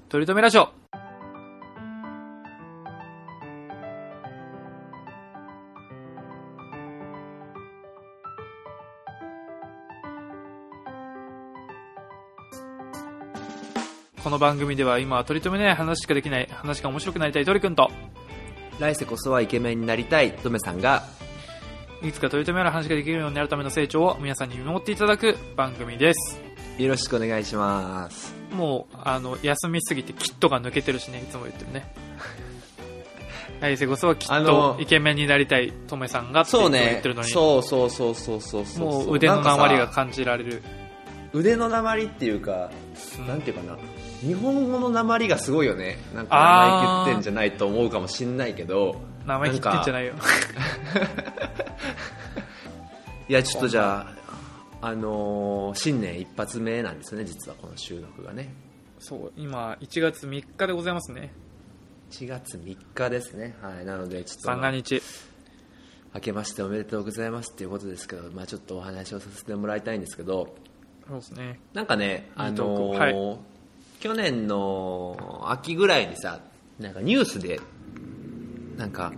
とりとめラジオ。この番組では今は取り留めない話しかできない、話が面白くなりたいトリくんと、 来世こそはイケメンになりたいトメさんが、 いつか取り留めある話ができるようになるための成長を皆さんに見守っていただく番組です。 よろしくお願いします。 もう休みすぎてキットが抜けてるしね、いつも言ってるね。来世こそはきっとイケメンになりたいトメさんがって言ってるのに、 そうもう腕の訛りが感じられる。 腕の訛りっていうか、なんていうかな、日本語の訛りがすごいよね。なんか生意気言ってんじゃないと思うかもしんないけど、 生意気言ってんじゃないよ。 いや、ちょっとじゃあ新年一発目なんですね、実はこの収録がね。 そう、今1月3日でございますね。 1月3日ですね。はい、なのでちょっと三が日、 明けましておめでとうございますっていうことですけど、ちょっとお話をさせてもらいたいんですけど、 そうですね。 なんかね、 はい、 去年の秋ぐらいにさ、なんかニュースでなんか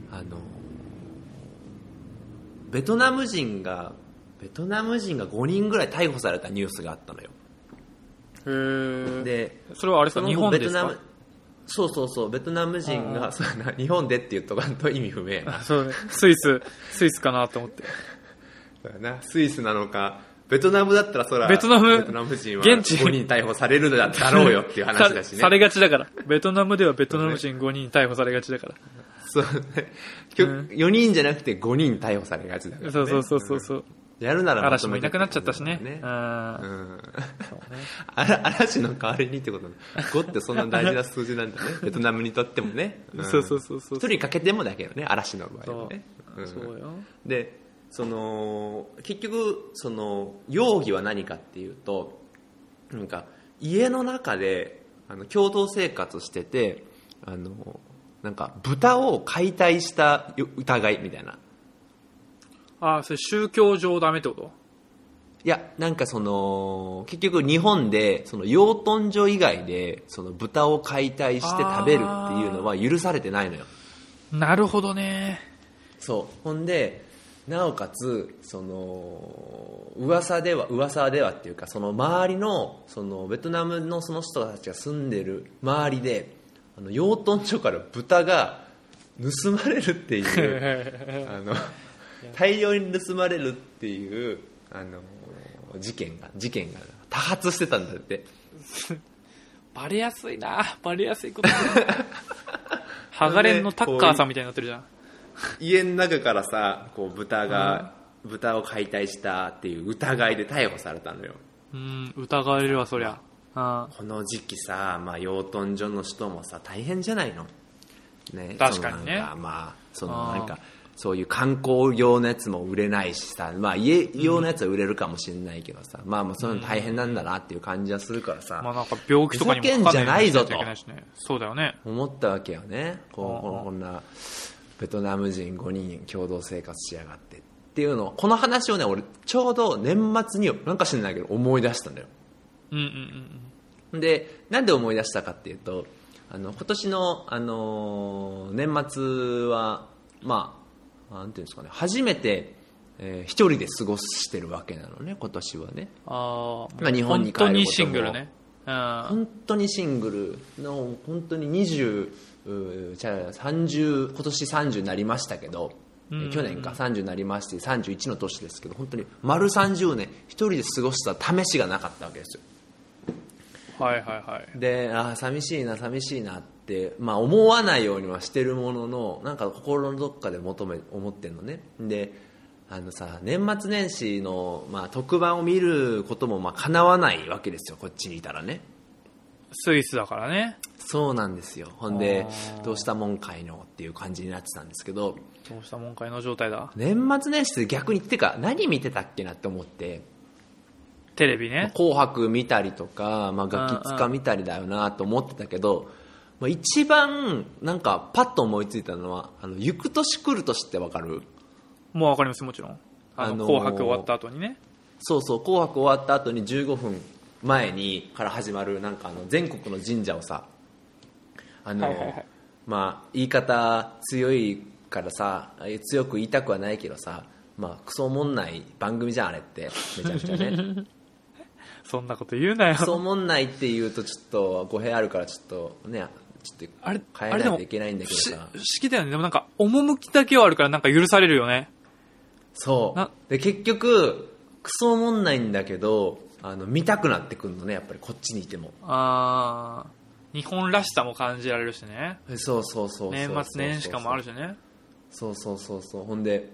ベトナム人が5人ぐらい逮捕されたニュースがあったのよ。 へー。 で、 それはあれですか、日本ですか？ そうベトナム人が、そうな、日本でって言うとかんと意味不明な。 そうね、スイスかなと思って。 そうだな、スイスなのかベトナムだったら、そらベトナム人は5人逮捕されるだろうよっていう話だしね。 されがちだから。ベトナムではベトナム人5人逮捕されがちだから。 そうね。4人じゃなくて5人逮捕されがちだからね。 そう。 やるなら嵐もいなくなっちゃったしね。 そうね。嵐の代わりにってことね。5ってそんな大事な数字なんだね。ベトナムにとってもね。 そう。 1人かけてもだけどね、嵐の場合はね。 そうよ。 で、結局容疑は何かっていうと、なんか家の中で共同生活してて、なんか豚を解体した疑いみたいな。 それ宗教上ダメってこと？ いや、なんか結局日本で養豚場以外で豚を解体して食べるっていうのは許されてないのよ。 なるほどね。 そう。ほんで、なおかつ噂ではっていうか、周りのベトナムのその人たちが住んでる周りで養豚場から豚が盗まれるっていう大量に盗まれるっていう事件が多発してたんだって。 バレやすいことハガレンのタッカーさんみたいになってるじゃん。 家の中からさ、こう豚を解体したっていう疑いで逮捕されたのよ。 疑われるわ、そりゃ。 この時期さ、養豚場の人もさ大変じゃないのね。 確かにね。 なんかそういう観光用のやつも売れないしさ、家用のやつは売れるかもしれないけどさ、そういうの大変なんだなっていう感じはするからさ、 なんか病気とかにもふざけんじゃないぞとそうだよね、 思ったわけよね。こんなベトナム人5人共同生活しやがってっていうの、この話をね、俺ちょうど年末になんか知らないけど思い出したんだよ。で、なんで思い出したかっていうと、今年の、年末はなんていうんですかね、初めて、一人で過ごしてるわけなのね、今年はね。日本に帰ることも本当にシングルね。 本当にシングルの、本当に30、今年30になりましたけど、去年か30になりまして31の年ですけど、本当に丸30年一人で過ごした試しがなかったわけですよ。で、寂しいなって、思わないようにはしてるものの、なんか心のどっかで思ってんのね。で、年末年始の、特番を見ることも叶わないわけですよ、こっちにいたらね。 スイスだからね。 そうなんですよ。ほんで、どうしたもんかいのっていう感じになってたんですけど、 どうしたもんかいの状態だ。 年末年始って逆にってか何見てたっけなって思って、 テレビね、 紅白見たりとか、ガキ使見たりだよなと思ってたけど、一番なんかパッと思いついたのは行く年来る年ってわかる？ もうわかります、もちろん。紅白終わった後にね。 そう紅白終わった後に15分前にから始まるなんか全国の神社をさまあ言い方強いからさ強く言いたくはないけどさ、まあクソおもんない番組じゃんあれってめちゃめちゃねそんなこと言うなよ。 クソおもんないって言うとちょっと語弊あるからちょっとねちょっと変えないといけないんだけどさ、 不思議だよね。でもなんか趣だけはあるからなんか許されるよね。 そうで結局クソおもんないんだけど見たくなってくるのね、やっぱりこっちにいても。 日本らしさも感じられるしね。 そうそうそうそう、 年末年始感もあるしね。 そうそうそうそう。ほんで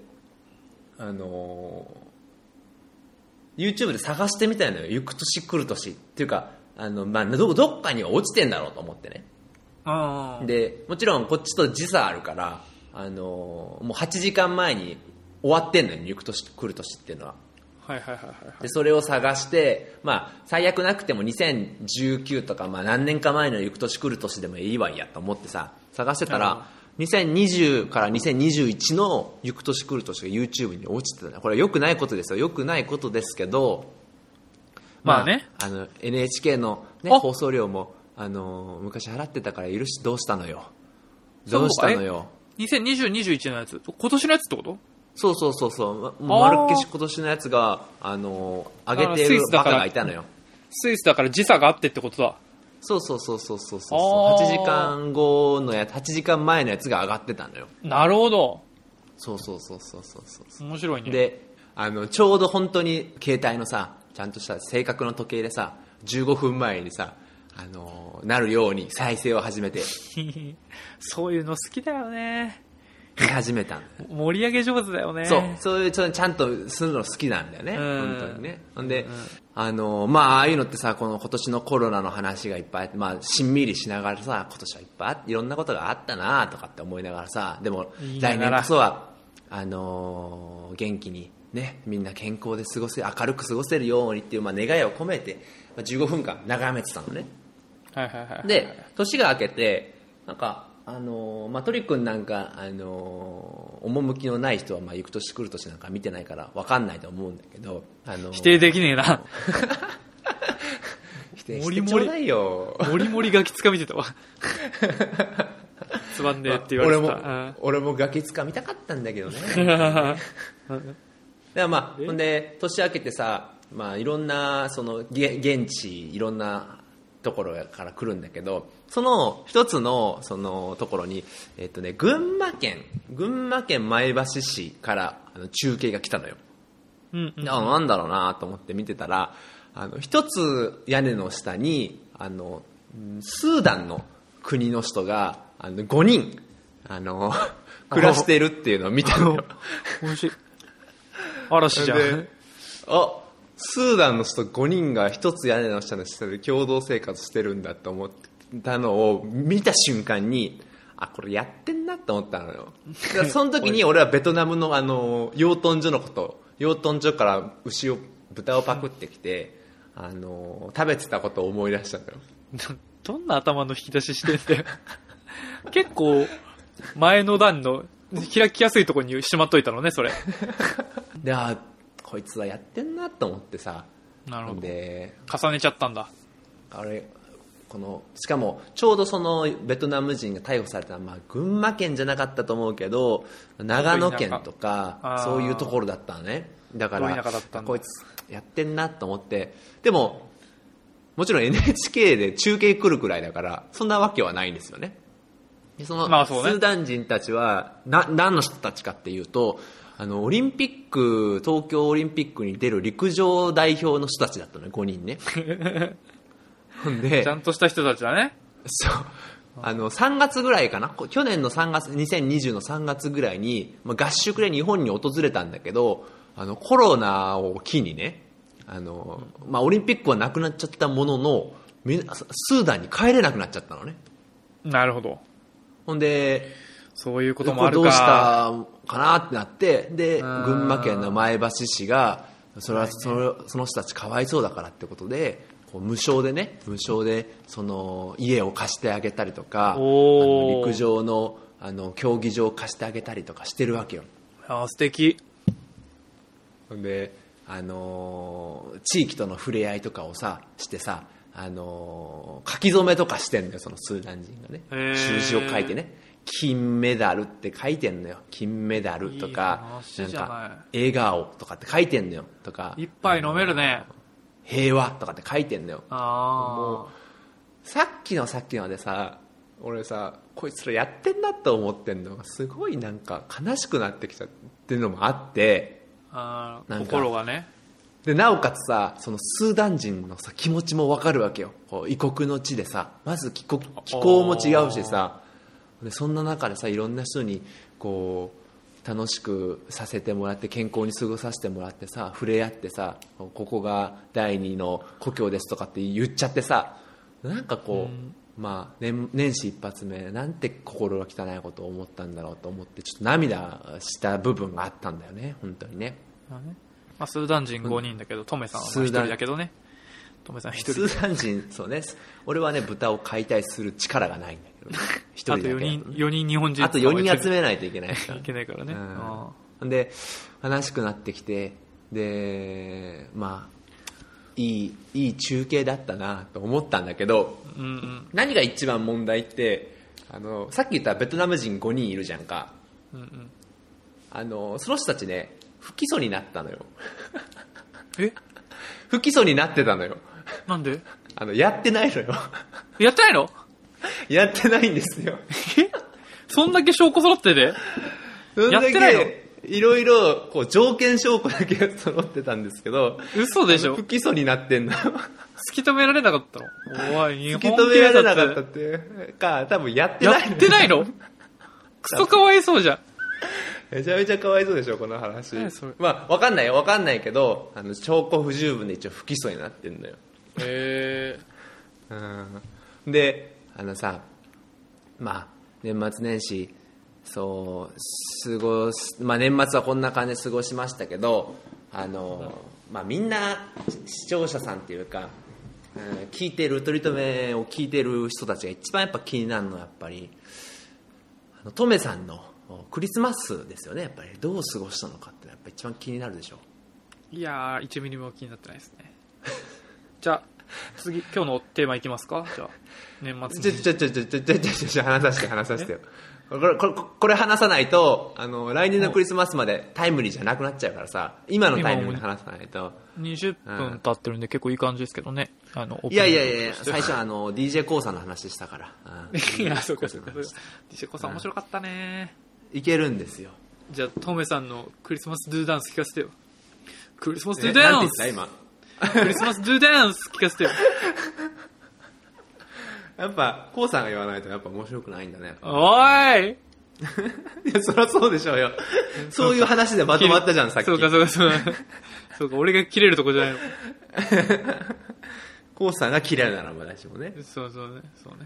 YouTube で探してみたいのよ、行く年来る年っていうかまあ、どっかには落ちてんだろうと思ってね。でもちろんこっちと時差あるからもう8時間前に終わってんのよ、行く年来る年っていうのは。 はいはいはいはい、 でそれを探して、まあ、最悪なくても2019とか、まあ、何年か前の行く年来る年でもいいわいやと思ってさ探してたら、2020から2021の行く年来る年が YouTube に落ちてたね。これは良くないことですよ、良くないことですけど、 まあね、 NHK の、ね、放送料も昔払ってたから許しどうしたのよ、どうしたのよ。 2020、21のやつ、今年のやつってこと？ そうそうそうそう、もう丸っきし今年のやつが上げてるバカがいたのよ。 スイスだから時差があってってことだ。 そうそうそうそうそうそう、8時間後のやつ、8時間前のやつが上がってたのよ。 なるほど。 そうそうそうそうそうそう、 面白いね。 でちょうど本当に携帯のさちゃんとした正確な時計でさ15分前にさなるように再生を始めてそういうの好きだよね。 見始めたんだよ。 盛り上げ上手だよね。 そういうちゃんとするの好きなんだよね、本当にね。ほんで、まあああいうのってさ、今年のコロナの話がいっぱいあって、まあしんみりしながらさ、今年はいっぱいいろんなことがあったなとかって思いながらさ、でも来年こそは元気にね、みんな健康で明るく過ごせるようにっていう、まあ、願いを込めて、まあ、15分間眺めてたのね。 はいはいはい。 で年が明けてなんかまあ、トリ君なんか、趣のない人は、まあ、行く年来る年なんか見てないから分かんないと思うんだけど、 否定できねえな。 否定してちょうだいよ。 もりもりガキつか見てたわ。つまんねえって言われてた。 俺もガキつか見たかったんだけどね。でまあ、ほんで年明けてさ、まあ、いろんなその現地いろんなところから来るんだけど、その一つのそのところに、群馬県前橋市から中継が来たのよ。なんだろうなと思って見てたら、一つ屋根の下にスーダンの国の人が5人暮らしてるっていうのを見たのよ。 美味しい。嵐じゃん。 スーダンの人5人が一つ屋根の下で共同生活してるんだと思ったのを見た瞬間に、これやってんなと思ったのよ。その時に俺はベトナムの養豚場のこと、養豚場から豚をパクってきて食べてたことを思い出したのよ。 どんな頭の引き出ししてんだよ。結構前の段の開きやすいところにしまっといたのね、それ。 でこいつはやってんなと思ってさ。 なるほど。 で重ねちゃったんだ。 しかもちょうどそのベトナム人が逮捕されたのは、まあ、群馬県じゃなかったと思うけど長野県とかそういうところだったのね。だからこいつやってんなと思って。でももちろん NHK で中継来るくらいだからそんなわけはないんですよね。でそのスーダン人たちは何の人たちかっていうと、オリンピック、東京オリンピックに出る陸上代表の人たちだったのね、5人ね。でちゃんとした人たちだね。 そう。3月ぐらいかな、去年の3月、2020の3月ぐらいに、まあ、合宿で日本に訪れたんだけど、コロナを機にね、まあ、オリンピックはなくなっちゃったものの、スーダンに帰れなくなっちゃったのね。 なるほど。 ほんで、 そういうこともあるか。 どうしたかなってなって、で群馬県の前橋市がその人たちかわいそうだからってことで無償でその家を貸してあげたりとか、陸上の競技場を貸してあげたりとかしてるわけよ。 素敵。 で地域との触れ合いとかをさしてさ、書き初めとかしてんのよ、そのスーダン人がね。習字を書いてね、金メダルって書いてんのよ。金メダルとか、なんか笑顔とかって書いてんのよ。とか、 一杯飲めるね。 平和とかって書いてんのよ。 もうさっきのでさ、俺さ、こいつらやってんなと思ってんのがすごいなんか悲しくなってきちゃってるのもあって、 心がね。 でなおかつさ、そのスーダン人のさ気持ちも分かるわけよ。こう異国の地でさ、まず気候も違うしさ、でそんな中でさ、いろんな人にこう楽しくさせてもらって、健康に過ごさせてもらってさ、触れ合ってさ、ここが第二の故郷ですとかって言っちゃってさ、なんかこう、年始一発目なんて心が汚いことを思ったんだろうと思って、ちょっと涙した部分があったんだよね、本当にね。 スーダン人5人だけど、トメさんは1人だけどね。トメさん1人。 スーダン人、そうね。俺はね、豚を解体する力がないんだけどね。1人だけ、ね。 あと4人日本人。 あと4人集めないといけないから。 いけないからね。 で、悲しくなってきて、で、いい中継だったなと思ったんだけど、何が一番問題って、さっき言ったベトナム人5人いるじゃんか。その人たちね、不起訴になったのよ。不起訴になってたのよ。 なんで？ やってないのよ。 やってないの？ やってないんですよ。 そんだけ証拠揃ってて？やってないの？ いろいろこう条件証拠だけが揃ってたんですけど、 嘘でしょ？ 不起訴になってんの。突き止められなかったの？おい、 突き止められなかったっていうか、多分やってないの。 やってないの？クソかわいそうじゃん。 めちゃめちゃかわいそうでしょ、この話。わかんないけど、証拠不十分で一応不起訴になってんのよ。で、年末年始そう過ごす、年末はこんな感じで過ごしましたけど、みんな視聴者さんっていうか、聞いてる取り留めを聞いてる人たちが一番やっぱ気になるのはやっぱりトメさんのクリスマスですよね。やっぱりどう過ごしたのかってやっぱ一番気になるでしょ。 いやー、1ミリも気になってないですね。じゃあ次、今日のテーマいきますか。じゃあ年末に話させてよ。これ話さないと来年のクリスマスまでタイムリーじゃなくなっちゃうからさ、今のタイミングで話さないと。 20分経ってるんで結構いい感じですけどね。 いや最初DJ コウさんの話したから。 いや、そうか。DJ コウさん面白かったね。 いけるんですよ。 じゃあトメさんのクリスマスドゥダンス聞かせてよ。クリスマスドゥダンス。 なんて言った今。 クリスマスドゥダンス聞かせてよ。 やっぱコウさんが言わないとやっぱ面白くないんだね。 おーい。 いや、そりゃそうでしょうよ。そういう話でまとまったじゃん、さっき。 そうか、俺が切れるとこじゃないの。 コウさんが切れるならまだしもね。 そうね。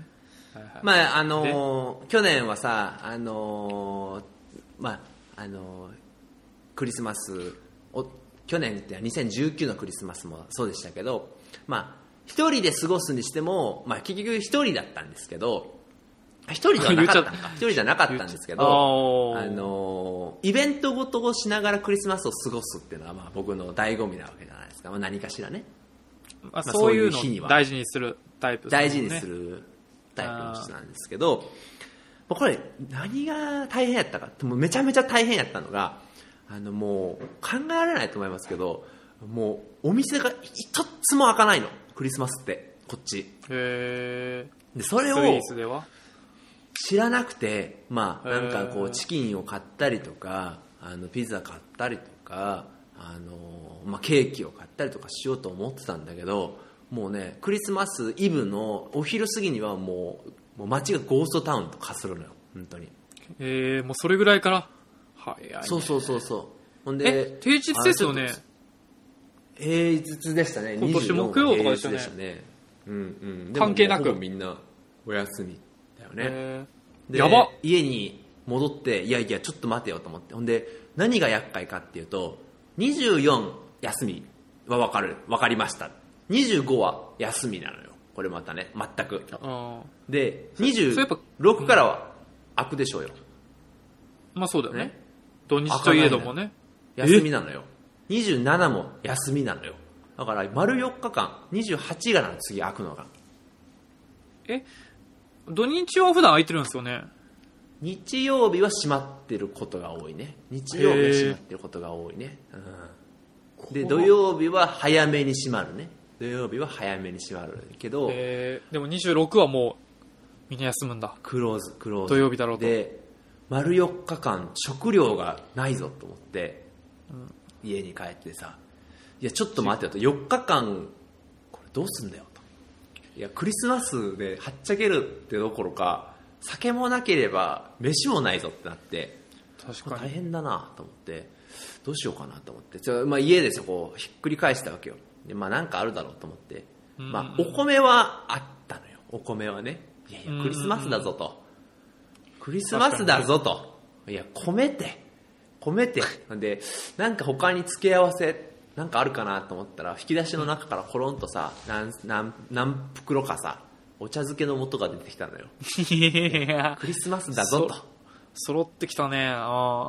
去年はさ、クリスマスを、去年って2019のクリスマスもそうでしたけど、一人で過ごすにしても、結局一人だったんですけど、一人じゃなかったんですけど、イベントごとをしながらクリスマスを過ごすっていうのは僕の醍醐味なわけじゃないですか。何かしらね。 そういうのを大事にするタイプ、 大事にするタイプの人なんですけど、これ何が大変やったかって、もうめちゃめちゃ大変やったのが、もう考えられないと思いますけど、もうお店が一つも開かないの、クリスマスってこっち。 でそれをスイスでは知らなくて、なんかこうチキンを買ったりとか、ピザ買ったりとか、ケーキを買ったりとかしようと思ってたんだけど、もうね、クリスマスイブのお昼過ぎにはもう街がゴーストタウンと化するのよ、本当に。 もうそれぐらいから早いね。 そう。ほんで平日ですよね。 平日でしたね。 今年木曜とかでしたね。関係なくでもほぼみんなお休みだよね。でやば。 家に戻って、いやちょっと待てよと思って、ほんで何が厄介かっていうと、24休みは分かりました。25は休みなのよ、これまたね、全く。で26からは開くでしょうよ。 そうだよね。土日といえどもね。 休みなのよ。 27も休みなのよ。だから丸4日間、28がなの次開くのが。 土日は普段空いてるんですよね。 日曜日は閉まってることが多いね。日曜日は閉まってることが多いね。で土曜日は早めに閉まるね。土曜日は早めに閉まるけど、 でも26はもうみんな休むんだ。 クローズ土曜日だろうと。 で丸4日間食料がないぞと思って、家に帰ってさ、いやちょっと待ってよと、4日間これどうすんだよと。いやクリスマスではっちゃけるってどころか酒もなければ飯もないぞってなって、 確かに大変だなと思って、どうしようかなと思って、家ですよ、こうひっくり返したわけよ。でなんかあるだろうと思って、お米はあったのよ。お米はね、いやクリスマスだぞと、クリスマスだぞと、いや米ってでなんか他に付け合わせなんかあるかなと思ったら、引き出しの中からコロンとさ、何袋かさお茶漬けの素が出てきたのよ。クリスマスだぞと。 揃ってきたね。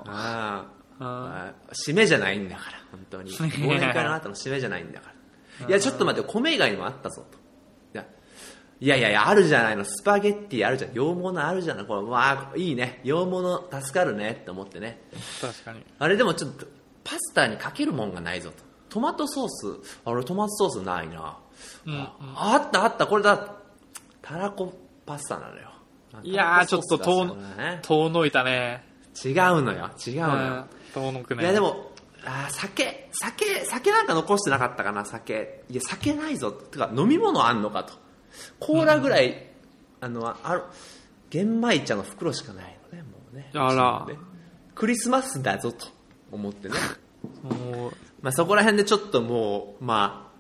締めじゃないんだから本当に。忘年会の後の締めじゃないんだから。いやちょっと待って、米以外にもあったぞと。いやあるじゃないの、スパゲッティあるじゃん、洋物あるじゃない、これいいね、洋物助かるねって思ってね。 確かに。 あれでもちょっとパスタにかけるもんがないぞと。トマトソース、トマトソースないな、あったこれだ、たらこパスタなのよ。 いやーちょっと遠のいたね。 違うのよ遠のくね。 いやでも酒なんか残してなかったかな。酒ないぞってか、飲み物あんのかと。コーラぐらい、玄米茶の袋しかないのね、もうね。 あら、 クリスマスだぞと思ってね。そこら辺でちょっともう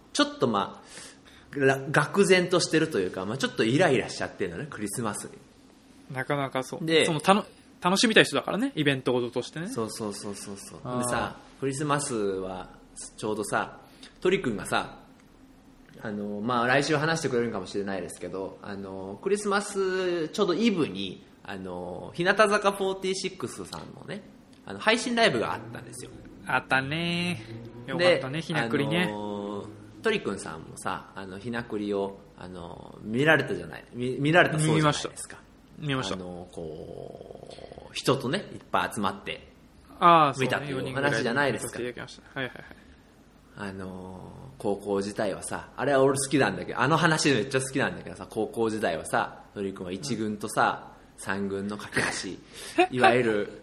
愕然としてるというか、ちょっとイライラしちゃってるのね、クリスマスに。 なかなかそうで、楽しみたい人だからね、イベントごととしてね。 そうでさ、クリスマスはちょうどさ、鳥くんがさ、来週話してくれるかもしれないですけど、クリスマスちょうどイブに日向坂46さんのね、配信ライブがあったんですよ。 あったね、よかったね、ひなくりね。 鳥くんさんもさ、ひなくりを見られたそうじゃないですか。 見ました。 こう人とねいっぱい集まって見たという話じゃないですか。高校時代はさ、あれは俺好きなんだけど、話めっちゃ好きなんだけどさ、高校時代はさ、鳥くんは1軍とさ、3軍の架け橋いわゆる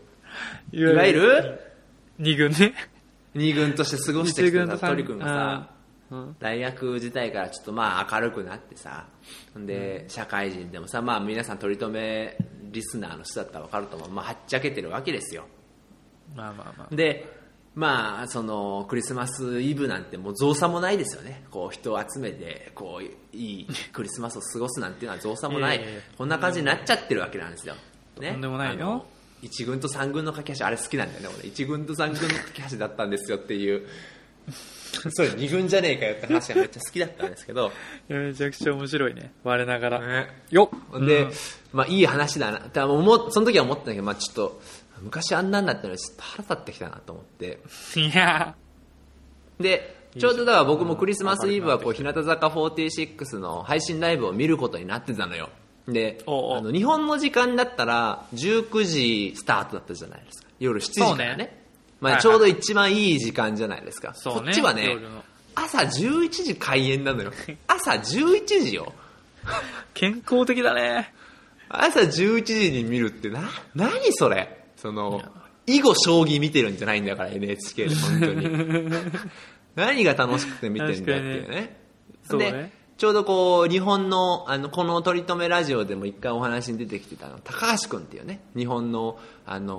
2軍ね、 2軍として過ごしてきてた鳥くんがさ、大学時代からちょっと明るくなってさ、で社会人でもさ、皆さん取り留めリスナーの人だったら分かると思う、はっちゃけてるわけですよ。でそのクリスマスイブなんてもう造作もないですよね。こう人を集めてこういいクリスマスを過ごすなんていうのは造作もない、こんな感じになっちゃってるわけなんですよ、ね、 とんでもないよ。 1軍と3軍の架け橋、あれ好きなんだよね俺。1軍と3軍の架け橋だったんですよっていうそれ2軍じゃねえかよって話がめっちゃ好きだったんですけどめちゃくちゃ面白いね、我ながら、 よっで、いい話だなってその時は思ったんだけど、ちょっと昔あんなんだったのにちょっと腹立ってきたなと思って。 いやでちょうどだから僕もクリスマスイブは日向坂46の配信ライブを見ることになってたのよ。で日本の時間だったら19時スタートだったじゃないですか、夜7時からね。ちょうど一番いい時間じゃないですか。こっちはね朝11時開演なのよ。朝11時よ健康的だね。 朝11時に見るって何それ。囲碁将棋見てるんじゃないんだから NHK で本当に何が楽しくて見てんだっていうね。でちょうど日本のこの取り留めラジオでも一回お話に出てきてた高橋くんっていうね、日本の鳥くん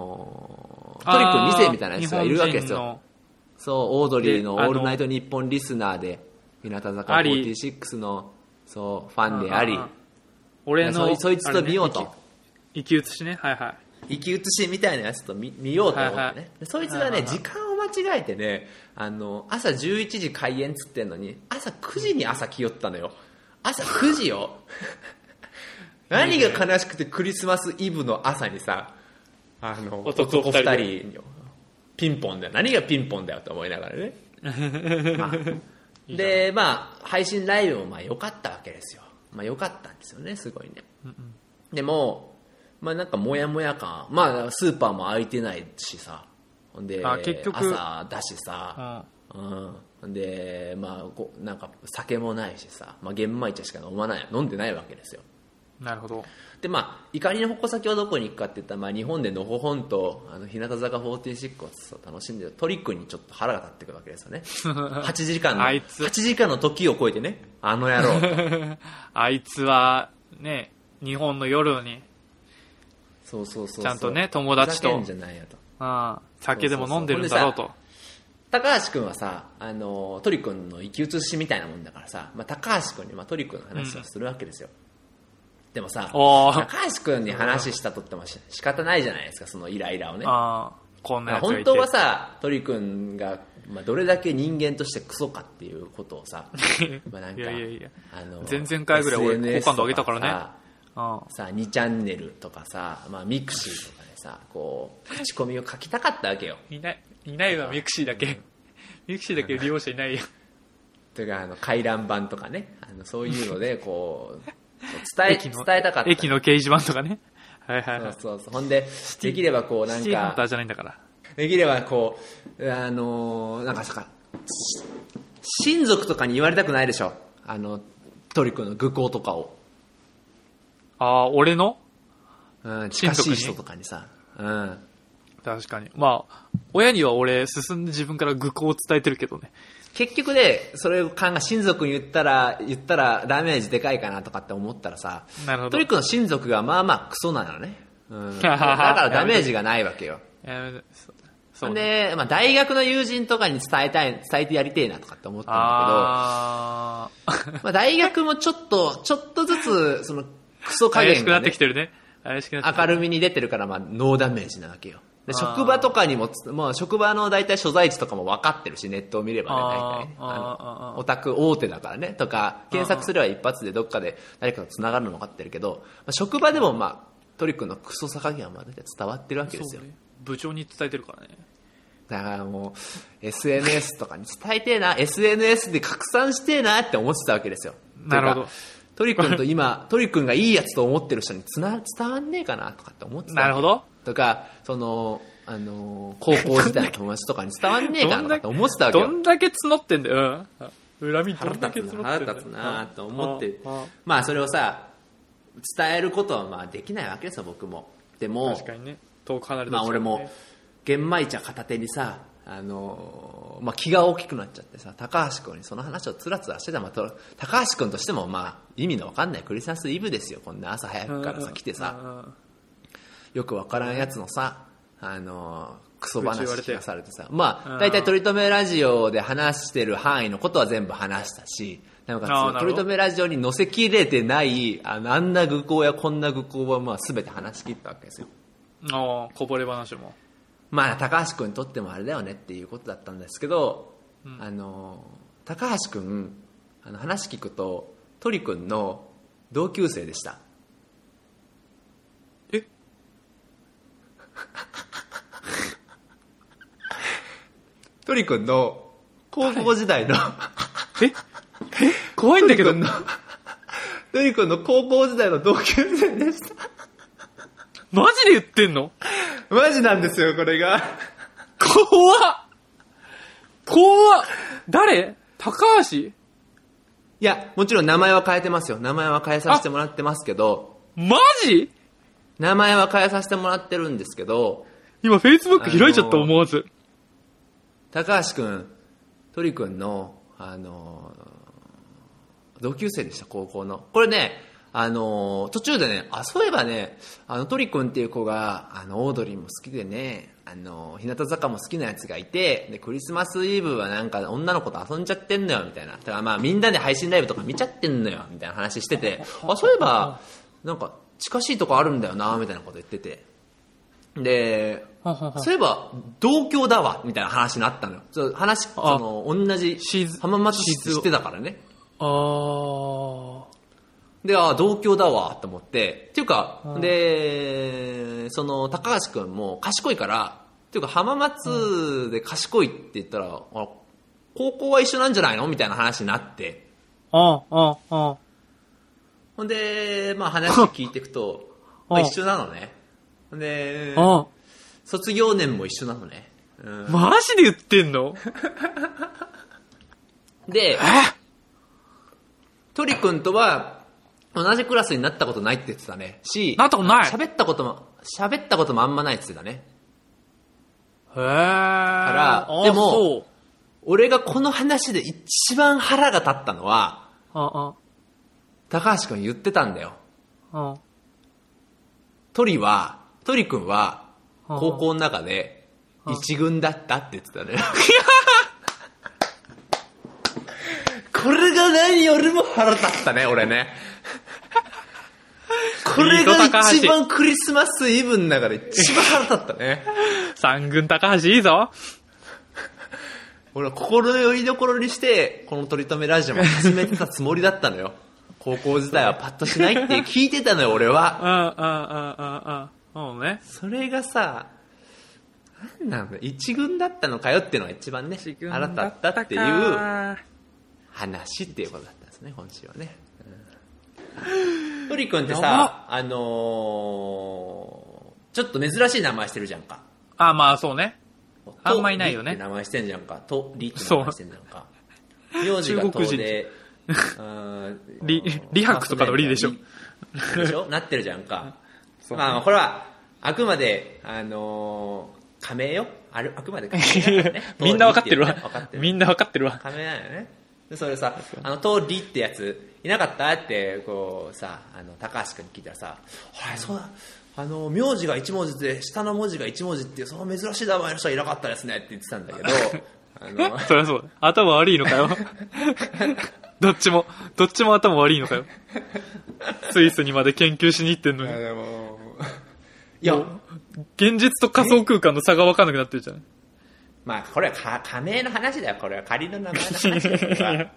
2世みたいなやつがいるわけですよ。そうオードリーのオールナイトニッポンリスナーで日向坂46のファンであり、 俺のそいつと見ようと、 生き写しね、 生き写しみたいなやつと 見ようと思ってね、そいつがね、時間を間違えてね、朝11時開演つってんのに朝9時に朝来よったのよ。朝9時よ何が悲しくてクリスマスイブの朝にさ、男2人ピンポンだよ。何がピンポンだよと思いながらね。 まあ、でまあ配信ライブもまあ良かったわけですよ。まあ良かったんですよね、すごいね。でもまあなんかモヤモヤ感、まあスーパーも開いてないしさ、ほんで結局朝だしさ、でまあなんか酒もないしさ、まあ、玄米茶しか飲んでないわけですよ。 なるほど。 でまあ怒りの矛先はどこに行くかって言ったら、まあ、日本でのほほんと日向坂46を楽しんでる鳥くんにちょっと腹が立ってくるわけですよね。8時間の時を超えてね、あの野郎あいつはね、日本の夜にそうちゃんとね友達と酒でも飲んでるんだろうと。 高橋君はさ、鳥くんの生き写しみたいなもんだからさ、まあ、高橋君に鳥くんの話をするわけですよ。でもさ、高橋君に話したとっても仕方ないじゃないですか、そのイライラをね。 こんなやつがいて、 本当はさ、鳥くんが、まあ、どれだけ人間としてクソかっていうことをさまあなんかいや前々回ぐらい俺好感度上げたからね。 さ2チャンネルとかさ、まあ、ミクシーとかでさこう口コミを書きたかったわけよ。 いないわミクシーだけミクシーだけ利用者いないよというか回覧板とかね、そういうのでこう伝えたかった。 駅の掲示板とかね。はいはいはい。 そうほんでできればこうなんかシティハンターじゃないんだから、 できればこうなんかさ親族とかに言われたくないでしょ、鳥くんの愚行とかを。 俺の、 近しい人とかにさ、 確かに。まあ親には俺進んで自分から愚行を伝えてるけどね。 結局でそれを親族に言ったらダメージでかいかなとかって思ったらさ、トリックの親族がまあまあクソなのね、だからダメージがないわけよ。そうで、まあ、大学の友人とかに伝えてやりてえなとかって思ったんだけど、まあ大学もちょっとずつそのクソ加減が、ね、 怪しくなってきてるね。 明るみに出てるから、まあノーダメージなわけよ。で職場とかにも、まあ、職場の大体所在地とかも分かってるし、ネットを見ればね、大体ね、オタク大手だからねとか検索すれば一発でどっかで誰かとつながるの分かってるけど、まあ、職場でもまあトリックのクソさ加減はまあ大体伝わってるわけですよ、ね、 部長に伝えてるからね。 だからもう SNS とかに伝えてえな、SNS で拡散してえなって思ってたわけですよ。 なるほど。 トリ君と今トリ君がいいやつと思ってる人に伝わんねえかなとかって思ってた。 なるほど。 とかその高校時代の友達とかに伝わんねえかなとかって思ってたわけよ。 どんだけ募ってんだよ。恨みどんだけ募ってんだよ。 腹立つなと思ってまあそれをさ伝えることはまあできないわけですよ、僕も。でも確かにね、遠く離れて、 まあ俺も玄米茶片手にさまあ、気が大きくなっちゃってさ、高橋君にその話をつらつらしてた。まあ、高橋君としてもまあ意味の分かんないクリスマスイブですよ、こんな朝早くからさ来てさ、よく分からんやつのさクソ話聞かされてさ、まあ大体取り留めラジオで話してる範囲のことは全部話したし、なんか取り留めラジオに載せきれてないあんな愚行やこんな愚行はまあ全て話し切ったわけですよ。 こぼれ話もまあ高橋君にとってもあれだよねっていうことだったんですけど、高橋君話聞くと鳥君の同級生でした。鳥君の高校時代の怖いんだけど鳥君の高校時代の同級生でした。 マジで言ってんの？ マジなんですよ、これが。 怖っ。誰？高橋？ いや、もちろん名前は変えてますよ。名前は変えさせてもらってますけど。 マジ？ 名前は変えさせてもらってるんですけど。 今、Facebook 開いちゃった、思わず。 高橋くん、鳥くんの、同級生でした、高校の。これね、途中でね、そういえばね、鳥くんっていう子が、オードリーも好きでね、日向坂も好きなやつがいて、で、クリスマスイブはなんか女の子と遊んじゃってんのよ、みたいな。だからまあみんなで配信ライブとか見ちゃってんのよ、みたいな話してて、そういえば、なんか近しいとこあるんだよな、みたいなこと言ってて。で、そういえば同郷だわ、みたいな話になったのよ。同じ浜松市知ってたからね。で、同郷だわと思って、っていうか、で、その高橋くんも賢いから、っていうか浜松で賢いって言ったら、 高校は一緒なんじゃないのみたいな話になって。 ほんで、まあ話聞いていくと、まあ一緒なのね。で、卒業年も一緒なのね。 マジで言ってんの？ で、トリ君とは同じクラスになったことないって言ってたね。 なったことない。 喋ったこともあんまないって言ってたね。 へー。 から、でも、俺がこの話で一番腹が立ったのは、高橋君言ってたんだよ。トリ君は、高校の中で一軍だったって言ってたね。これが何よりも腹立ったね、俺ね。これが一番クリスマスイブの中で一番腹立ったね。 三軍高橋いいぞ。 俺は心の拠り所にして、この取り留めラジオも始めてたつもりだったのよ。高校時代はパッとしないって聞いてたのよ、俺は。 そうね。 それがさ、なんなんだ、一軍だったのかよっていうのが一番ね、腹立ったっていう話っていうことだったんですね、今週はね。トリ君ってさ、ちょっと珍しい名前してるじゃんか。 まあそうね。あんまいないよね。 トリって名前してんじゃんか。トリって名前してんじゃんか。名字がトで、 リハクとかのリでしょ。 でしょなってるじゃんか。まあこれは、あくまで、仮名よ。あくまで仮名だからね。 みんなわかってるわ。みんなわかってるわ。 仮名だよね。で、それさ、トリってやつ、いなかったって、こうさ、高橋君に聞いたらさ、そうだ、名字が一文字で、下の文字が一文字っていう、その珍しい名前の人はいなかったですねって言ってたんだけど、 そりゃそうだ。頭悪いのかよ。どっちも頭悪いのかよ。スイスにまで研究しに行ってんのに。いや、現実と仮想空間の差が分かんなくなってるじゃん。 まあ、これは仮名の話だよ。これは仮の名前の話だから。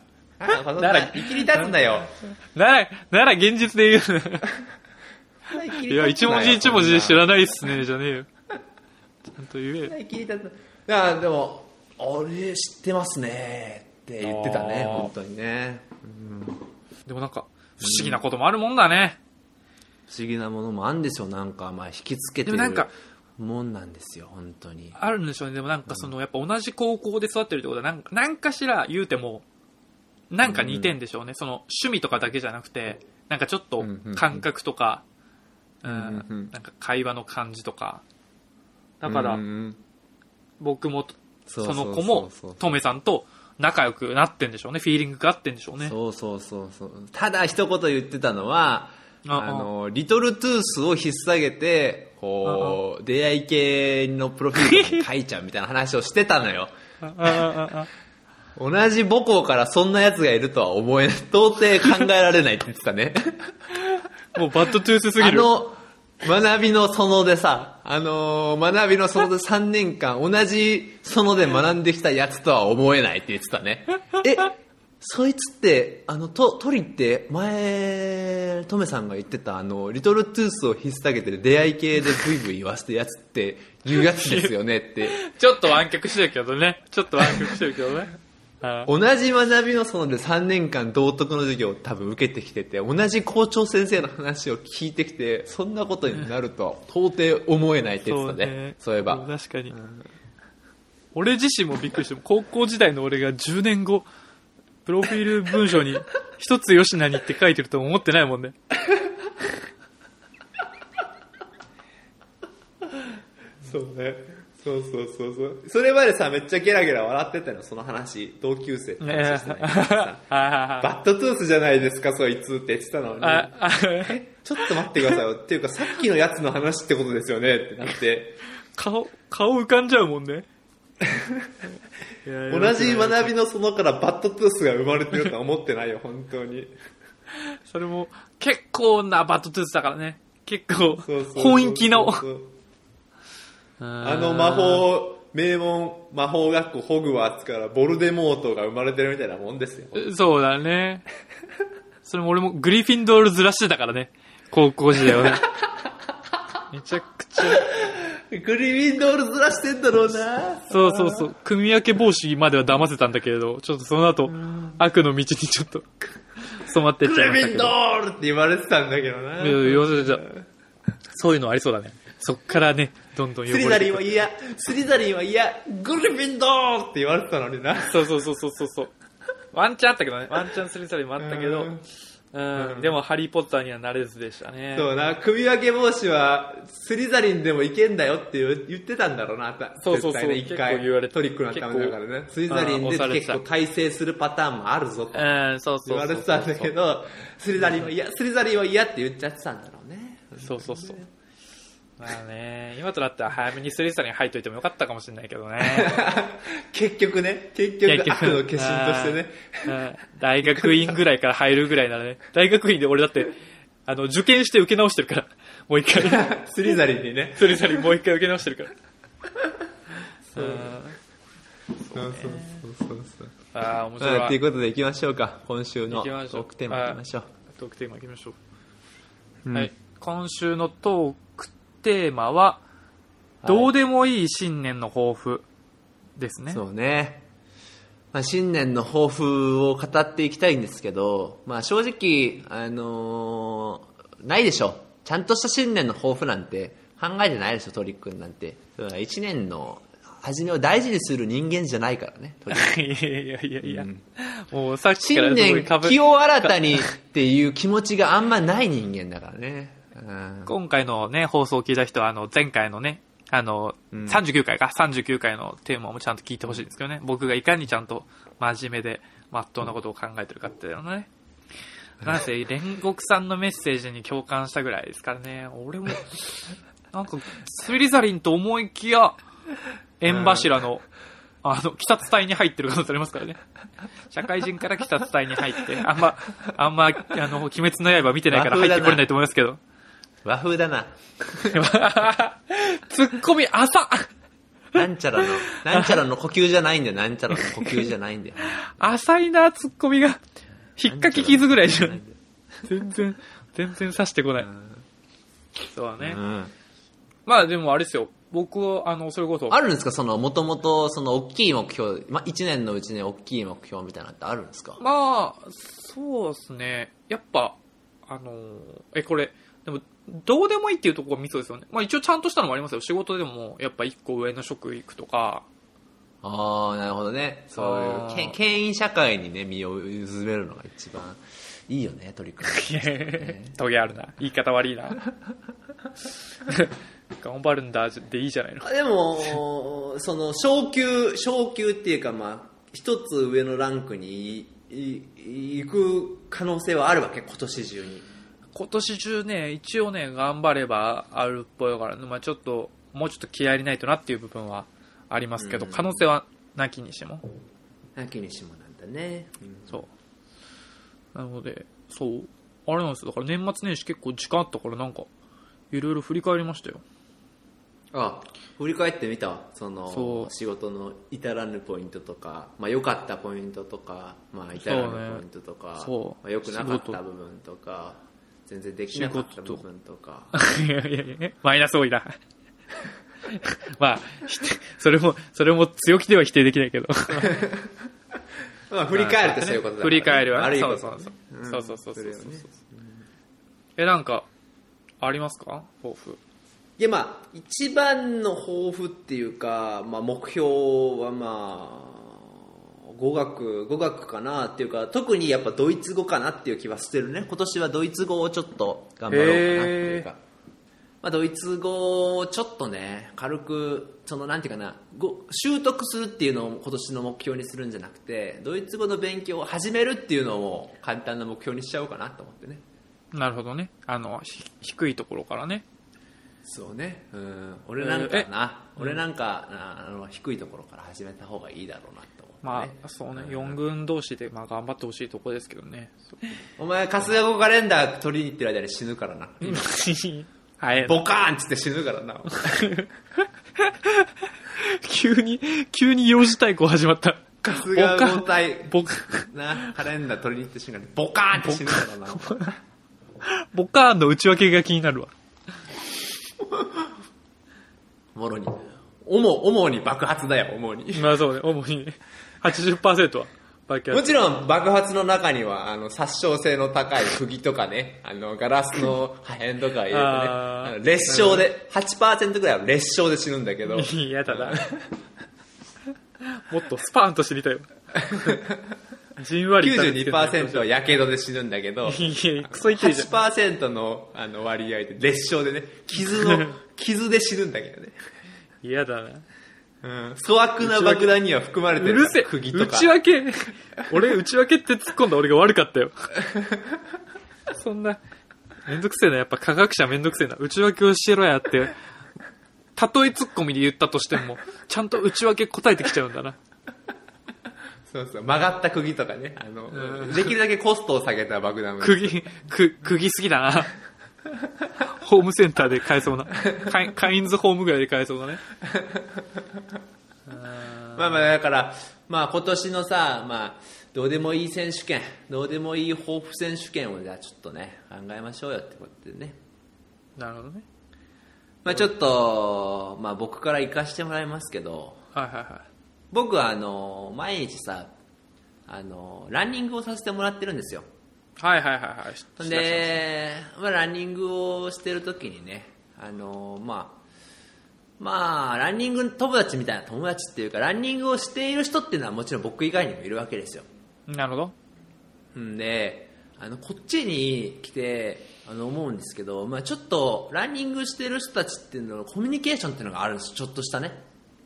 なら、生きり立つなよ。 なら現実で言う。いや、一文字一文字で知らないっすね、じゃねえよ。ちゃんと言えよ。 生きり立つ。いや、でも、俺知ってますねって言ってたね、本当にね。 でもなんか、不思議なこともあるもんだね。 不思議なものもあるんですよ。なんか、まあ、引きつけてるもんなんですよ、本当に。 あるんでしょうね。でもなんかやっぱ同じ高校で育ってるってことは、なんかしら言うても、なんか似てんでしょうね。趣味とかだけじゃなくて、なんかちょっと感覚とか、なんか会話の感じとか。だから、僕も、その子も、トメさんと仲良くなってんでしょうね。フィーリングがあってんでしょうね。 そう。ただ一言言ってたのは、リトルトゥースを引っ提げて、こう、出会い系のプロフィールに書いちゃうみたいな話をしてたのよ。同じ母校からそんな奴がいるとは思えない。到底考えられないって言ってたね。 もうバッドトゥースすぎる。 学びの園でさ、学びの園で3年間同じ園で学んできたやつとは思えないって言ってたね。そいつって、トリって前、トメさんが言ってたリトルトゥースを引っ提げてる出会い系でブイブイ言わせてるやつって言うやつですよねって。 ちょっと湾曲してるけどね。 同じ学びの園で3年間道徳の授業を多分受けてきてて、同じ校長先生の話を聞いてきて、そんなことになると到底思えないって言ってたね。そういえば。 確かに。俺自身もびっくりして、高校時代の俺が10年後、プロフィール文章に一つ吉名にって書いてると思ってないもんね。 そうね。そう。それまでさ、めっちゃゲラゲラ笑ってたの、その話。同級生って話してないさ。バッドトゥースじゃないですか、そいつって言ってたのに。ちょっと待ってくださいよ。っていうか、さっきのやつの話ってことですよねってなって。 顔浮かんじゃうもんね。 同じ学びの園からバッドトゥースが生まれてるとは思ってないよ、本当に。 それも結構なバッドトゥースだからね。結構本域の。名門魔法学校ホグワーツからボルデモートが生まれてるみたいなもんですよ。 そうだね。それも俺もグリフィンドールずらしてたからね。高校時代はね。めちゃくちゃ。 グリフィンドールずらしてんだろうな。 そうそうそう。組み分け帽子までは騙せたんだけれど、ちょっとその後、悪の道にちょっと染まってっちゃいましたけど。 グリフィンドールって言われてたんだけどな。 言わせてた。そういうのありそうだね。そっからね、どんどん汚れてスリザリンは嫌、スリザリンは嫌、グリフィンドールって言われてたのにな。 そうそうそうそうそう。ワンチャンあったけどね。ワンチャンスリザリンもあったけど、でもハリーポッターにはなれずでしたね。 そうな、組み分け帽子はスリザリンでもいけんだよって言ってたんだろうな。 そうそうそう。 ね、一回結構言われてトリックのためだからね。スリザリンで結構改正するパターンもあるぞと言われてたんだけど、スリザリンは嫌、スリザリンは嫌って言っちゃってたんだろうね。 そうそうそう。まあね、今となっては早めにスリザリン入っといてもよかったかもしれないけどね。 結局ね、悪の化身としてね。 大学院ぐらいから入るぐらいならね。大学院で俺だって、受験して受け直してるから。もう一回。 スリザリンにね。 スリザリンもう一回受け直してるから。 そう。 ああ、面白い。 ということで行きましょうか。今週のトークテーマ行きましょう。 トークテーマ行きましょう。はい。今週のトークテーマは、どうでもいい新年の抱負ですね。 そうね。まあ、新年の抱負を語っていきたいんですけど、まあ正直、ないでしょ。ちゃんとした新年の抱負なんて考えてないでしょ、トリックなんて。一年の初めを大事にする人間じゃないからね。 いや、もうさっきから新年気を新たにっていう気持ちがあんまない人間だからね。 今回のね、放送を聞いた人は、前回のね、39回のテーマもちゃんと聞いてほしいんですけどね。僕がいかにちゃんと真面目で、まっとうなことを考えてるかっていうのね。なんせ、煉獄さんのメッセージに共感したぐらいですからね。俺も、なんか、スリザリンと思いきや、縁柱の、鬼殺隊に入ってる可能性ありますからね。社会人から鬼殺隊に入って、あんま、鬼滅の刃見てないから入ってこれないと思いますけど。 和風だな。 ツッコミ浅っ。 なんちゃらの呼吸じゃないんだよ。なんちゃらの呼吸じゃないんだよ。 浅いな、ツッコミが。引っかき傷ぐらいじゃん。全然刺してこない。そうだね。まあでもあれですよ。僕は、それこそ。 あるんですか？もともと、大きい目標、一年のうちに大きい目標みたいなのってあるんですか？ まあ、そうですね。やっぱ、これ、でも、どうでもいいっていうところがミソですよね。まあ一応ちゃんとしたのもありますよ。仕事でも、やっぱ一個上の職行くとか。 ああ、なるほどね。そういう、牽引社会にね、身をゆずめるのが一番いいよね、取り組み。 トゲあるな。言い方悪いな。頑張るんだでいいじゃないの。 でも、昇級っていうか、まあ、一つ上のランクに行く可能性はあるわけ、今年中に。 今年中ね、一応ね、頑張ればあるっぽいから、まあもうちょっと気合い入れないとなっていう部分はありますけど、可能性はなきにしも。 なきにしもなんだね。 そう。なので、そう。あれなんですよ。だから年末年始結構時間あったからなんか、いろいろ振り返りましたよ。 あ、振り返ってみた。仕事の至らぬポイントとか、まあ良かったポイントとか、まあ至らぬポイントとか、まあ良くなかった部分とか、全然できなかった部分とか。 いや、マイナス多いな。まあ、それも強気では否定できないけど。 まあ振り返るってそういうことだから、ね。 振り返るわ。 悪いそう。なんか、ありますか？抱負。 いや、まあ、一番の抱負っていうか、まあ目標はまあ、語学かなっていうか、特にやっぱドイツ語かなっていう気はしてるね。今年はドイツ語をちょっと頑張ろうかなっていうか。まあドイツ語をちょっとね、軽く、なんていうかな、習得するっていうのを今年の目標にするんじゃなくて、ドイツ語の勉強を始めるっていうのを簡単な目標にしちゃおうかなと思ってね。 なるほどね。低いところからね。 そうね。俺なんか低いところから始めた方がいいだろうなと思って、ね。 まあ、そうね。4軍同士で、まあ頑張ってほしいところですけどね。 お前、春日語カレンダー取りに行ってる間に死ぬからな。ボカーンっつって死ぬからな。 急に幼児対抗始まった。 春日語対、カレンダー取りに行って死ぬから、ボカーンって死ぬからな。 ボカーンの内訳が気になるわ。 もろに。主に爆発だよ、主に。 まあそうね、主に 80% は爆発。 もちろん爆発の中には、殺傷性の高い釘とかね、ガラスの破片とか入れてね、裂傷で、8% ぐらいは裂傷で死ぬんだけど。 嫌だな。もっとスパーンと死にたいよ。じんわり 92% は火傷で死ぬんだけど、 クソ痛いじゃん。 8% の割合で裂傷でね、傷で死ぬんだけどね。 嫌だな。 うん。粗悪な爆弾には含まれてる。 うるせえ。 釘とか。 内訳。俺、内訳って突っ込んだ俺が悪かったよ。そんな、めんどくせえな。やっぱ科学者めんどくせえな。内訳をしろやって、例え突っ込みで言ったとしても、ちゃんと内訳答えてきちゃうんだな。 そうそう。曲がった釘とかね。できるだけコストを下げた爆弾。 釘すぎだな。ホームセンターで買えそうな。カインズホームぐらいで買えそうだね。 まあだから、まあ今年のさ、まあ、どうでもいい選手権、どうでもいい抱負選手権をじゃあちょっとね、考えましょうよってことでね。 なるほどね。 まあちょっと、まあ僕から行かしてもらいますけど、 はいはいはい。 僕は毎日さ、ランニングをさせてもらってるんですよ。 はいはいはいはい。 で、まあランニングをしてる時にね、まあランニング友達みたいな友達っていうか、ランニングをしている人っていうのはもちろん僕以外にもいるわけですよ。 なるほど。 んで、こっちに来て、思うんですけど、まあちょっとランニングしてる人たちっていうののコミュニケーションっていうのがあるんです。ちょっとしたね。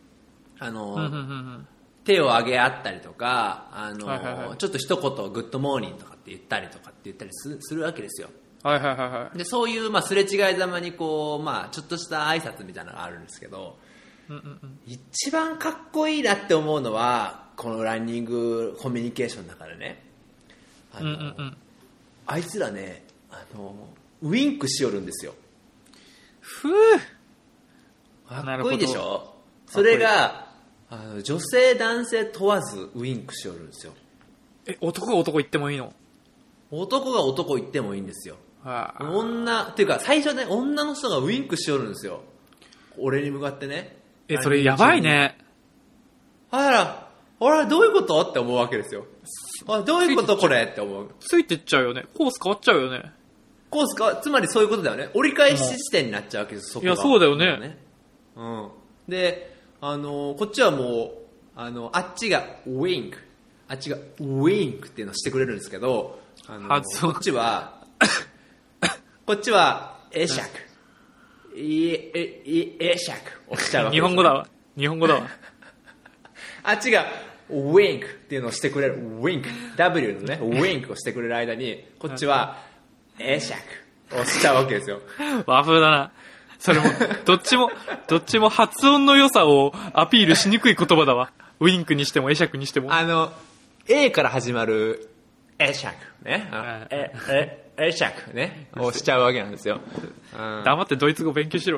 手を挙げ合ったりとか、ちょっと一言グッドモーニングとかって言ったりするわけですよ。 はいはいはいはい。 で、そういう、まあ、すれ違いざまにこう、まあ、ちょっとした挨拶みたいなのがあるんですけど、一番かっこいいなって思うのは、このランニングコミュニケーションの中でね、あいつらね、ウインクしよるんですよ。 ふぅ。 かっこいいでしょ？それが、女性男性問わずウインクしよるんですよ。 男が男言ってもいいの？ 男が男言ってもいいんですよ。女っていうか最初ね、女の人がウインクしよるんですよ。俺に向かってね。 それやばいね。 俺どういうことって思うわけですよ。どういうことこれって思う。 ついてっちゃうよね。コース変わっちゃうよね。 つまりそういうことだよね。折り返し地点になっちゃうわけです。そこが。 いやそうだよね。 うん。で、こっちはもうあっちがウインク、あっちがウインクっていうのをしてくれるんですけど、こっちは会釈、会釈をしちゃうわけです。 日本語だわ。 あっちがウインクっていうのをしてくれる、ウインク W のねウインクをしてくれる間にこっちは会釈をしちゃうわけですよ。 和風だな。それもどっちも発音の良さをアピールしにくい言葉だわ。ウインクにしても会釈にしても。 A から始まる会釈ね、会釈ねをしちゃうわけなんですよ。 黙ってドイツ語勉強しろ。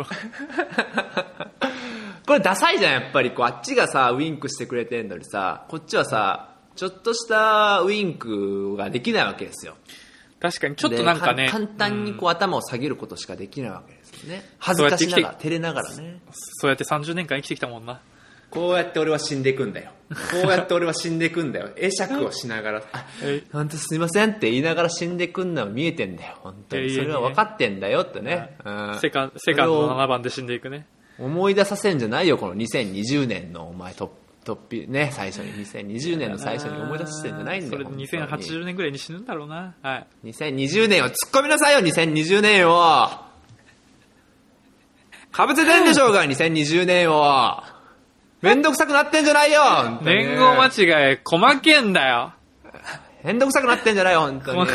これダサいじゃん、やっぱり。こうあっちがさウインクしてくれてんのにさ、こっちはさちょっとしたウインクができないわけですよ。 確かにちょっとなんかね、 簡単にこう頭を下げることしかできないわけですよね。恥ずかしながら照れながらね。 そうやって30年間生きてきたもんな。 こうやって俺は死んでいくんだよ。会釈をしながら、本当すいませんって言いながら死んでいくんだよ。見えてんだよ。本当にそれは分かってんだよってね。 セカンドの7番で死んでいくね。 思い出させんじゃないよ、この2020年のお前ね、最初に2020年の最初に思い出させてんじゃないんだよ。 それで2080年ぐらいに死ぬんだろうな。はい。 2020年を突っ込みなさいよ、2020年を。かぶせてんでしょうが、2020年を。めんどくさくなってんじゃないよ、本当に。 年号間違い、細けんだよ。 めんどくさくなってんじゃないよ、本当に。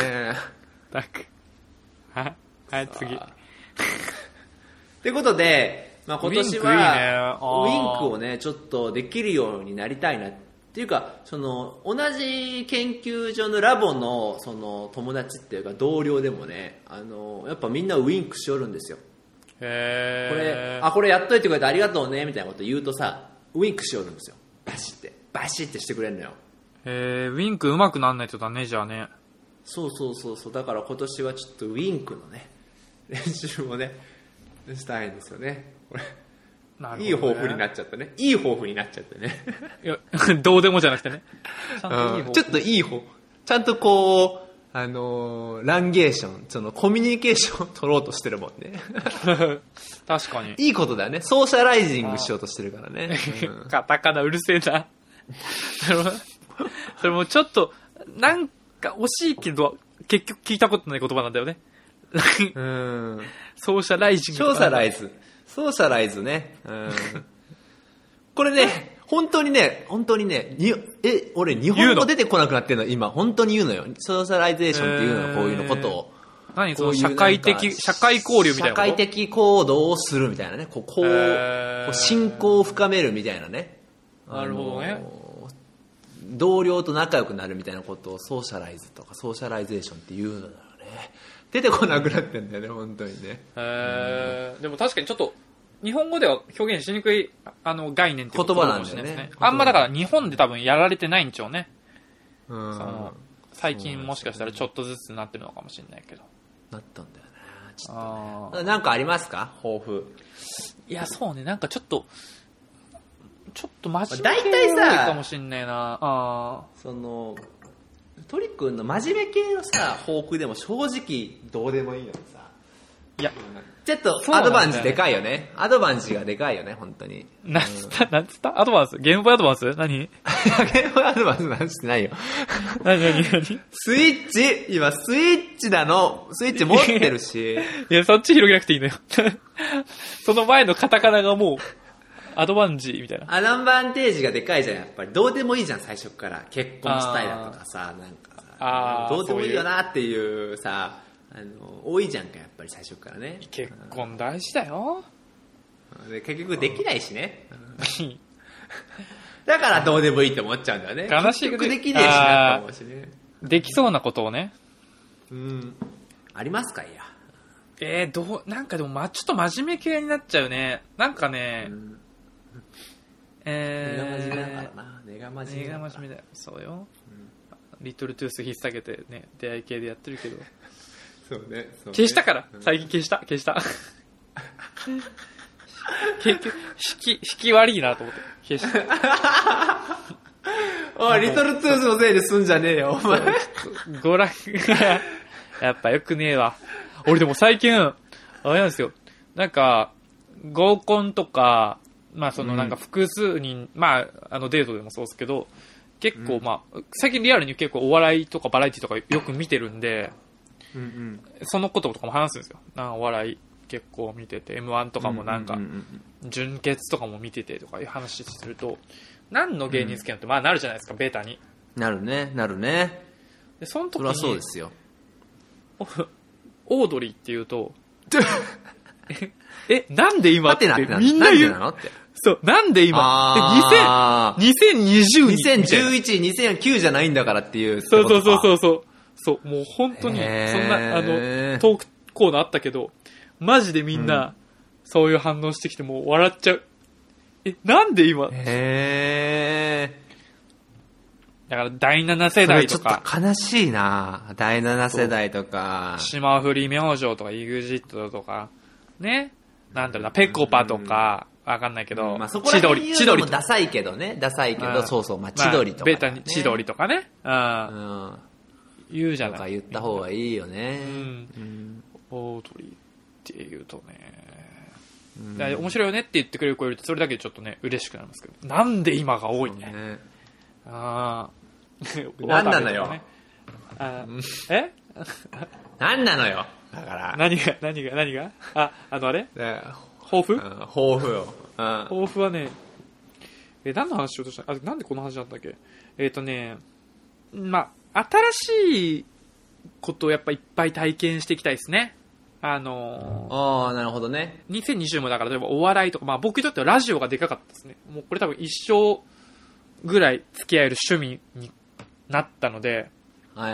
はい、次。 ってことで、まあ、今年はウインクをねちょっとできるようになりたいなっていうか、同じ研究所のラボのその友達っていうか同僚でもね、やっぱみんなウインクしよるんですよ。これやっといてくれてありがとうねみたいなこと言うとさ、ウインクしよるんですよ。バシってしてくれるのよ。 ウインク上手くなんないとだね、じゃあね。 そうだから今年はちょっとウインクのね練習をねしたいんですよね。これなるほどね。 いい抱負になっちゃったね。いい抱負になっちゃったね。 いや、どうでもじゃなくてね。ちゃんといい抱負。 ちょっといい方。ちゃんとこう、ランゲーション、そのコミュニケーションを取ろうとしてるもんね。 確かに。 いいことだよね。ソーシャライジングしようとしてるからね。 カタカナうるせえな。それもちょっと、なんか惜しいけど、結局聞いたことない言葉なんだよね。ソーシャライジング。 ソーシャライズね。これね、本当にね、俺日本語出てこなくなってるの今、本当に言うのよ。ソーシャライゼーションっていうのはこういうのことを。 何その社会交流みたいなこと？ 社会的行動をするみたいなね。こう信仰を深めるみたいなね。 なるほどね。 同僚と仲良くなるみたいなことをソーシャライズとかソーシャライゼーションっていうのだよね。出てこなくなってんだよね、本当にね。 でも確かにちょっと、日本語では表現しにくい概念って言葉なんだよね。 あんまだから日本で多分やられてないんでしょうね。最近もしかしたらちょっとずつなってるのかもしれないけど。 なったんだよね。ちょっとね。なんかありますか？抱負。 いや、そうね。なんかちょっと真面目大体さかもしんないな。 その鳥くんの真面目系のさ抱負でも正直どうでもいいのにさ、 いやちょっとアドバンスでかいよね。アドバンスがでかいよね、本当に。 なんつったアドバンス？ゲームボーイアドバンス？何？ ゲームボーイアドバンスなんしてないよ。 何スイッチ今スイッチだの。スイッチ持ってるし。 いや、そっち広げなくていいのよ。その前のカタカナがもう、アドバンジーみたいな。 アドバンテージがでかいじゃん、やっぱり。どうでもいいじゃん、最初から。結婚したいだとかさ、なんかさ。どうでもいいよなっていうさ、多いじゃんか、やっぱり最初からね。 結婚大事だよ。 で結局できないしね。だからどうでもいいって思っちゃうんだよね。 悲しい。 結局できねえしなって思うしね。 できそうなことをね。 ありますか、いや。 なんかでもちょっと真面目系になっちゃうね。なんかね、 根が真面目だからな。根が真面目だよ。そうよ。リトルトゥース引っ提げてね、出会い系でやってるけど。 そうね。 消したから。最近消した。結局、引き悪いなと思って。消した。 おい、リトルトゥースのせいですんじゃねえよ、お前。 娯楽が、やっぱ良くねえわ。俺でも最近、あれなんですよ。なんか、合コンとか、なんか複数人、デートでもそうですけど、結構最近リアルに結構お笑いとかバラエティとかよく見てるんで、そのこととかも話すんですよ。お笑い結構見てて、M1 とかもなんか、純潔とかも見ててとかいう話すると、何の芸人好きなのってなるじゃないですか、ベータに。 なるね。 で、その時に、 そりゃそうですよ。 オードリーって言うと、なんで今ってみんな言う。そう、なんで今2020年。 2011、2009じゃないんだからっていう。 そう。そう、もう本当に、そんな、トークコーナーあったけど、マジでみんな、そういう反応してきてもう笑っちゃう。なんで今だから第7世代とか。 ちょっと悲しいな。第7世代とか。 霜降り明星とか EXIT とか、ね。なんだろうな、ペコパとか、わかんないけど、 千鳥もダサいけどね。そう、千鳥とか、 ベータに千鳥とかね。言うじゃない。 とか言った方がいいよね。 オードリーって言うとね、面白いよねって言ってくれる子いるとそれだけでちょっとね嬉しくなりますけど、なんで今が多いね。 何なのよ。何なのよ。だから何があれ抱負よ。 抱負はね、何の話しようとしたなんでこの話なんだっけ。新しいことをやっぱいっぱい体験していきたいですね。 なるほどね。 2020もだから例えばお笑いとか、僕にとってはラジオがでかかったですね。もうこれ多分一生ぐらい付き合える趣味になったので、や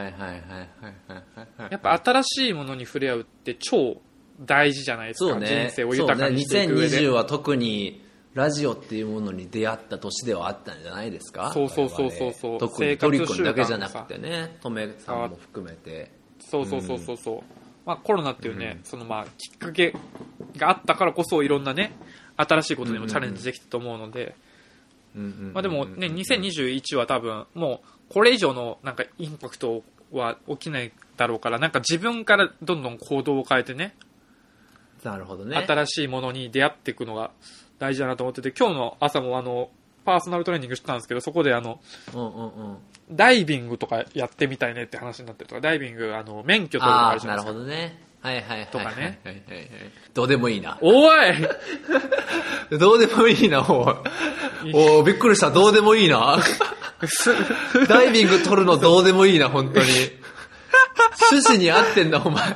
っぱ新しいものに触れ合うって超大事じゃないですか。人生を豊かにしていく上で。 2020は特にラジオっていうものに出会った年ではあったんじゃないですか。 そう。 特にトリ君だけじゃなくてね、トメさんも含めて。 そう。コロナっていうね、きっかけがあったからこそいろんなね、 新しいことにもチャレンジできたと思うので、まあでもね、2021は多分もうこれ以上のなんかインパクトは起きないだろうから、なんか自分からどんどん行動を変えてね、 なるほどね、 新しいものに出会っていくのが大事だなと思ってて、今日の朝もパーソナルトレーニングしてたんですけど、そこでダイビングとかやってみたいねって話になってるとか、ダイビング免許取るのあるじゃないですか。 なるほどね。はいはいはいはい。 とかね。 どうでもいいな。 おいどうでもいいな、おびっくりした。どうでもいいな。ダイビング取るのどうでもいいな、本当に。趣旨に合ってんだ、お前。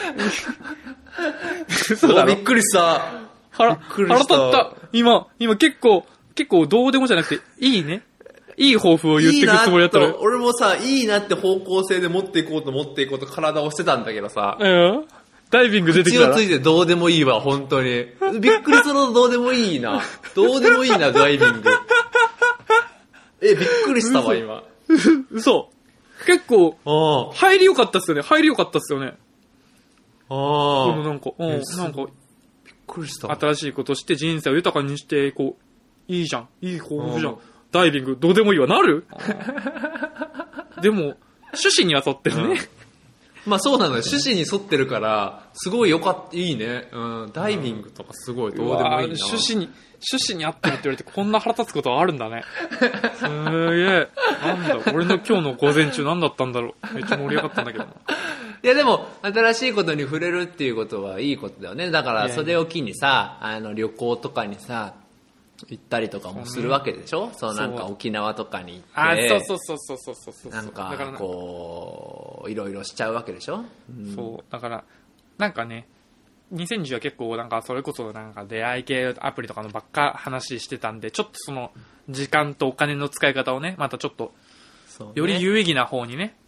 びっくりした。 腹立った。今結構どうでもじゃなくて、いいね。いい抱負を言ってくつもりだったら。 俺もさ、いいなって方向性で持っていこうと体をしてたんだけどさ。 ダイビング出てきたら。 口をついてどうでもいいわ、本当に。びっくりするのどうでもいいな。どうでもいいな、ダイビング。びっくりしたわ、今。 嘘。結構、入り良かったっすよね。でもなんか、びっくりした。 新しいことして人生を豊かにしていこう。いいじゃん。いい抱負じゃん。ダイビングどうでもいいわ。なるでも、趣旨には沿ってるね。 まあそうなのよ。趣旨に沿ってるから、すごいよかった。いいね。ダイビングとかすごいどうでもいいな。 趣旨に合ってるって言われてこんな腹立つことはあるんだね。すげえ。なんだ、俺の今日の午前中何だったんだろう。めっちゃ盛り上がったんだけどな。 いやでも、新しいことに触れるっていうことはいいことだよね。だからそれを機にさ、旅行とかにさ、行ったりとかもするわけでしょ。そうなんか沖縄とかに行って。 そう。 なんかこういろいろしちゃうわけでしょ。 そうだからなんかね、2010は結構なんかそれこそなんか出会い系アプリとかのばっか話してたんで、ちょっとその時間とお金の使い方をね、またちょっとより有意義な方にね、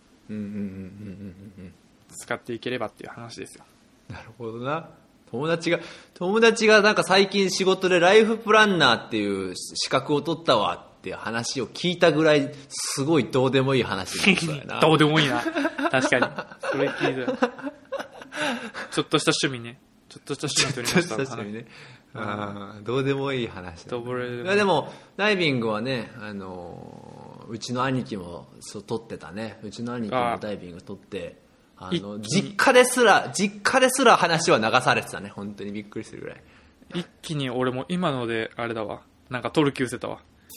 使っていければっていう話ですよ。 なるほどな。友達がなんか最近仕事でライフプランナーっていう資格を取ったわっていう話を聞いたぐらい、すごいどうでもいい話になったよな。 どうでもいいな。確かに。それ聞いた。ちょっとした趣味ね。取りました。 ちょっとした趣味ね。どうでもいい話。いやでもダイビングはね、うちの兄貴も取ってたね。うちの兄貴もダイビング取って。実家ですら話は流されてたね。本当にびっくりするぐらい。 一気に俺も今のであれだわ。なんか取る気失せたわ。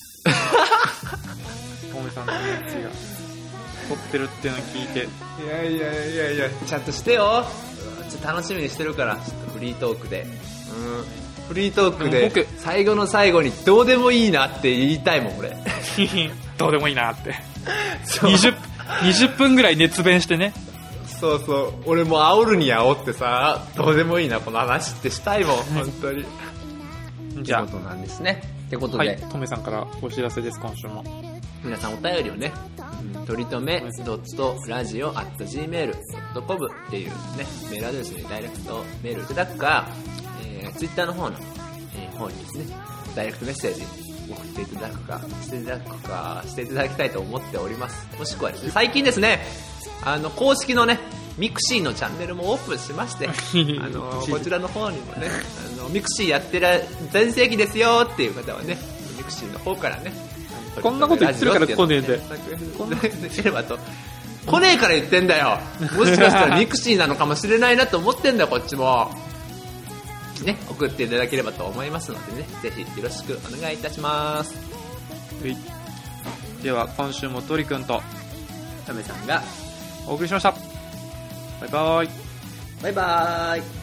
トメさんのやつが取ってるっていうのを聞いて。 いやちゃんとしてよ。ちょっと楽しみにしてるから。ちょっとフリートークで。フリートークで最後の最後にどうでもいいなって言いたいもん俺。 どうでもいいなって。20分ぐらい熱弁してね。 そう俺も煽るに煽ってさ、どうでもいいなこの話ってしたいもん本当に。じゃあってことなんですね。ってことで、 トメさんからお知らせです。今週も皆さんお便りをね、とりとめ.radio@gmail.com っていうねメールアドレスにダイレクトメールいただくか、ツイッターの方にですねダイレクトメッセージ送っていただくかしていただきたいと思っております。もしくはですね、最近ですね、公式のねミクシーのチャンネルもオープンしましてこちらの方にもねミクシーやってる全盛期ですよっていう方はね、ミクシーの方からね、 こんなこと言ってるから来ねえで来ねえから言ってんだよ。もしかしたらミクシーなのかもしれないなと思ってんだよこっちもね。送っていただければと思いますのでね、ぜひよろしくお願いいたします。 では今週もトリくんとタメさんがお送りしました。バイバーイ。 バイバーイ。